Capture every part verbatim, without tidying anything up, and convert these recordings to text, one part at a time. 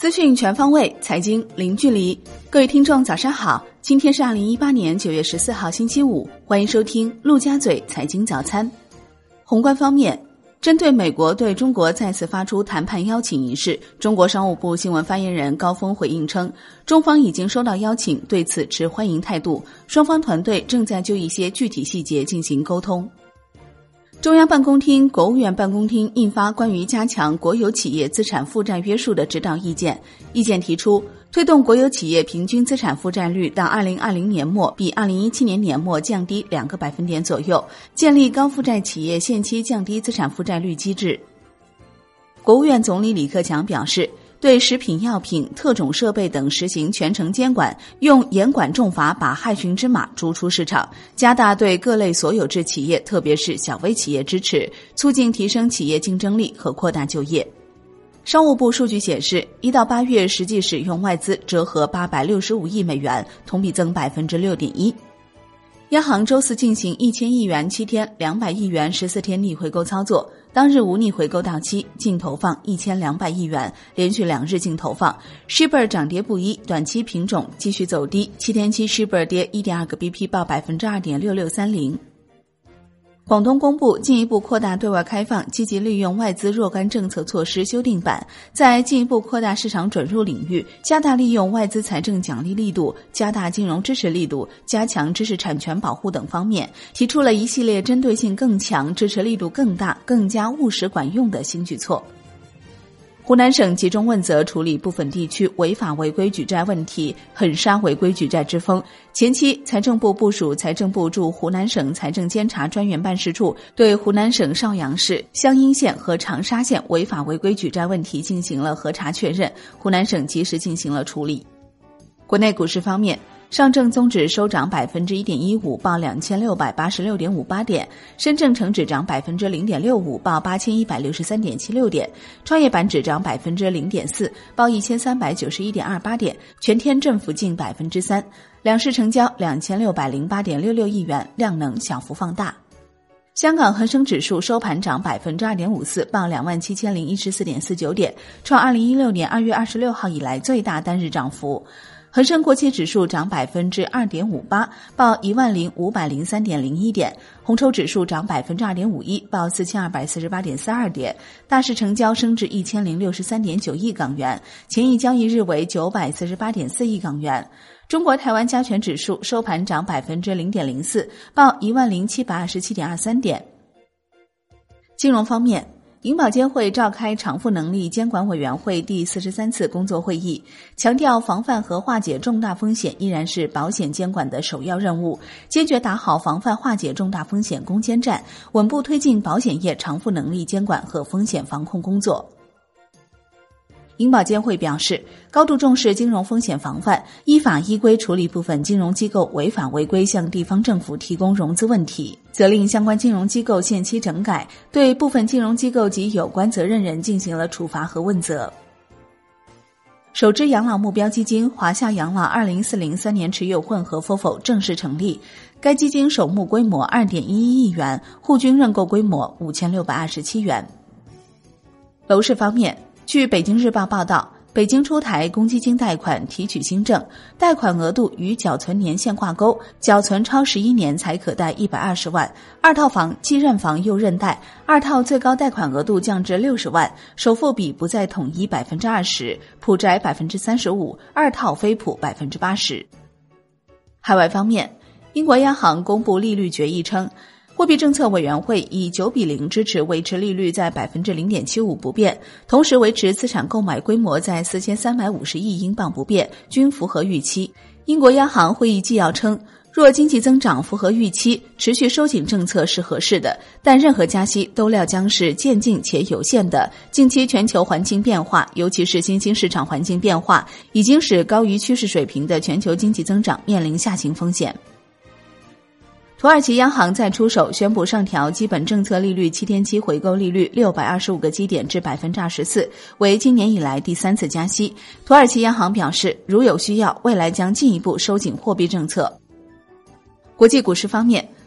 资讯全方位，财经零距离。各位听众早上好，今天是二零一八年九月十四号星期五，欢迎收听陆家嘴财经早餐。宏观方面，针对美国对中国再次发出谈判邀请一事，中国商务部新闻发言人高峰回应称，中方已经收到邀请，对此持欢迎态度，双方团队正在就一些具体细节进行沟通。中央办公厅、国务院办公厅印发关于加强国有企业资产负债约束的指导意见，意见提出，推动国有企业平均资产负债率到二零二零年末比二零一七年年末降低两个百分点左右，建立高负债企业限期降低资产负债率机制。国务院总理李克强表示，对食品药品、特种设备等实行全程监管，用严管重罚把害群之马逐出市场，加大对各类所有制企业特别是小微企业支持，促进提升企业竞争力和扩大就业。商务部数据显示，一到八月实际使用外资折合八百六十五亿美元，同比增 百分之六点一。央行周四进行一千亿元七天、两百亿元十四天逆回购操作，当日无逆回购到期，净投放一千两百亿元，连续两日净投放。Shibor 涨跌不一，短期品种继续走低，七天期 Shibor 跌 一点二 个 B P 报 百分之二点六六三零。广东公布进一步扩大对外开放，积极利用外资若干政策措施修订版，在进一步扩大市场准入领域，加大利用外资财政奖励力度，加大金融支持力度，加强知识产权保护等方面，提出了一系列针对性更强、支持力度更大、更加务实管用的新举措。湖南省集中问责处理部分地区违法违规举债问题，狠杀违规举债之风。前期，财政部部署财政部驻湖南省财政监察专员办事处对湖南省邵阳市、湘阴县和长沙县违法违规举债问题进行了核查确认，湖南省及时进行了处理。国内股市方面，上证综指收涨 百分之一点一五， 报 两千六百八十六点五八点，深证成指涨 百分之零点六五， 报 八千一百六十三点七六点，创业板指涨 百分之零点四， 报 一千三百九十一点二八点，全天振幅近 百分之三， 两市成交 两千六百零八点六六亿元，量能小幅放大。香港恒生指数收盘涨 百分之二点五四， 报 两万七千零一十四点四九点，创二零一六年二月二十六号以来最大单日涨幅。恒生国企指数涨 百分之二点五八， 报 一万零五百零三点零一点，红筹指数涨 百分之二点五一， 报 四千二百四十八点四二点，大市成交升至一千零六十三点九亿港元，前一交易日为九百四十八点四亿港元。中国台湾加权指数收盘涨 百分之零点零四， 报 一万零七百二十七点二三点。金融方面，银保监会召开偿付能力监管委员会第四十三次工作会议，强调防范和化解重大风险依然是保险监管的首要任务，坚决打好防范化解重大风险攻坚战，稳步推进保险业偿付能力监管和风险防控工作。银保监会表示，高度重视金融风险防范，依法依规处理部分金融机构违法违规向地方政府提供融资问题，责令相关金融机构限期整改，对部分金融机构及有关责任人进行了处罚和问责。首支养老目标基金华夏养老二零四零三年持有混合 F O F O 正式成立，该基金首募规模 二点一一亿元，户均认购规模五千六百二十七元。楼市方面，据北京日报报道，北京出台公积金贷款提取新政，贷款额度与缴存年限挂钩，缴存超十一年才可贷一百二十万，二套房既认房又认贷，二套最高贷款额度降至六十万，首付比不再统一 百分之二十， 普宅 百分之三十五， 二套非普 百分之八十。海外方面，英国央行公布利率决议称，货币政策委员会以九比零支持维持利率在 百分之零点七五 不变，同时维持资产购买规模在四千三百五十亿英镑不变，均符合预期。英国央行会议纪要称，若经济增长符合预期，持续收紧政策是合适的，但任何加息都料将是渐进且有限的。近期全球环境变化，尤其是新兴市场环境变化，已经使高于趋势水平的全球经济增长面临下行风险。土耳其央行再出手，宣布上调基本政策利率七天期回购利率六百二十五个基点至 百分之二十四， 为今年以来第三次加息。土耳其央行表示，如有需要，未来将进一步收紧货币政策。国际股市方面，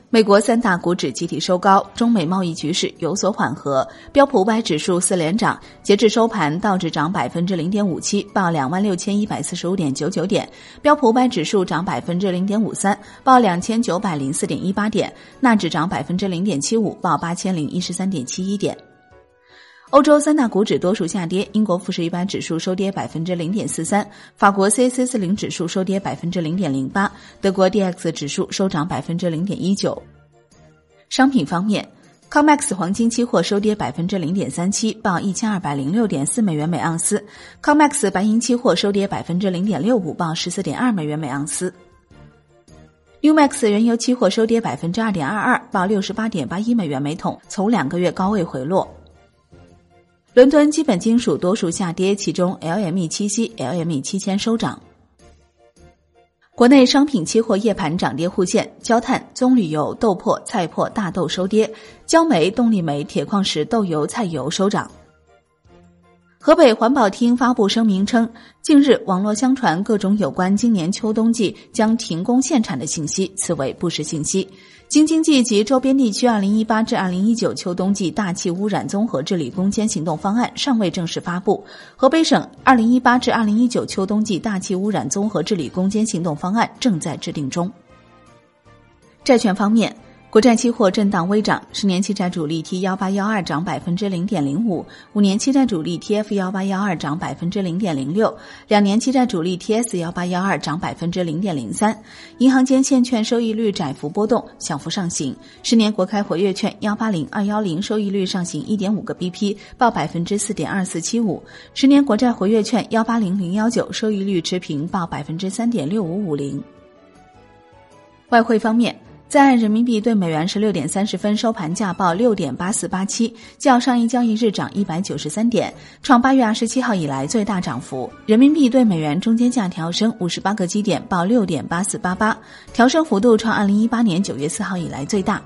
美国三大股指集体收高，中美贸易局势有所缓和，标普五百指数四连涨，截至收盘，道指涨 百分之零点五七， 报 两万六千一百四十五点九九 点，标普五百指数涨 百分之零点五三， 报 两千九百零四点一八 点，纳指涨 百分之零点七五， 报 八千零一十三点七一 点。欧洲三大股指多数下跌，英国富时一百指数收跌 百分之零点四三， 法国 C A C 四十 指数收跌 百分之零点零八， 德国 D X 指数收涨 百分之零点一九。商品方面，COMEX 黄金期货收跌 百分之零点三七， 报 一千二百零六点四美元每盎司， COMEX 白银期货收跌 百分之零点六五， 报 十四点二美元每盎司。N Y M E X 原油期货收跌 百分之二点二二， 报 六十八点八一美元每桶，从两个月高位回落。伦敦基本金属多数下跌，其中 L M E 七锡、L M E 七千收涨。国内商品期货夜盘涨跌互现，焦炭、棕榈油、豆粕、菜粕、大豆收跌，焦煤、动力煤、铁矿石、豆油、菜油收涨。河北环保厅发布声明称，近日网络相传各种有关今年秋冬季将停工限产的信息，此为不实信息。京津冀及周边地区二零一八至二零一九秋冬季大气污染综合治理攻坚行动方案尚未正式发布，河北省二零一八至二零一九秋冬季大气污染综合治理攻坚行动方案正在制定中。债券方面，国债期货震荡微涨，十年期债主力 T 一八一二 涨 百分之零点零五， 五年期债主力 T F 一八一二 涨 百分之零点零六， 两年期债主力 T S 一八一二 涨 百分之零点零三。 银行间现券收益率窄幅波动，小幅上行，十年国开活跃券一八零二一零收益率上行 一点五个 B P， 报 百分之四点二四七五， 十年国债活跃券一八零零一九收益率持平，报 百分之三点六五五零。外汇方面，在岸人民币对美元十六点三十分收盘价报 六点八四八七， 较上一交易日涨一百九十三点，创八月二十七号以来最大涨幅。人民币对美元中间价调升五十八个基点，报 六点八四八八， 调升幅度创二零一八年九月四号以来最大。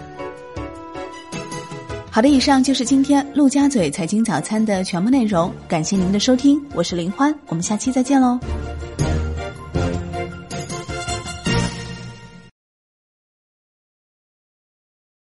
好的，以上就是今天陆家嘴财经早餐的全部内容，感谢您的收听，我是林欢，我们下期再见喽。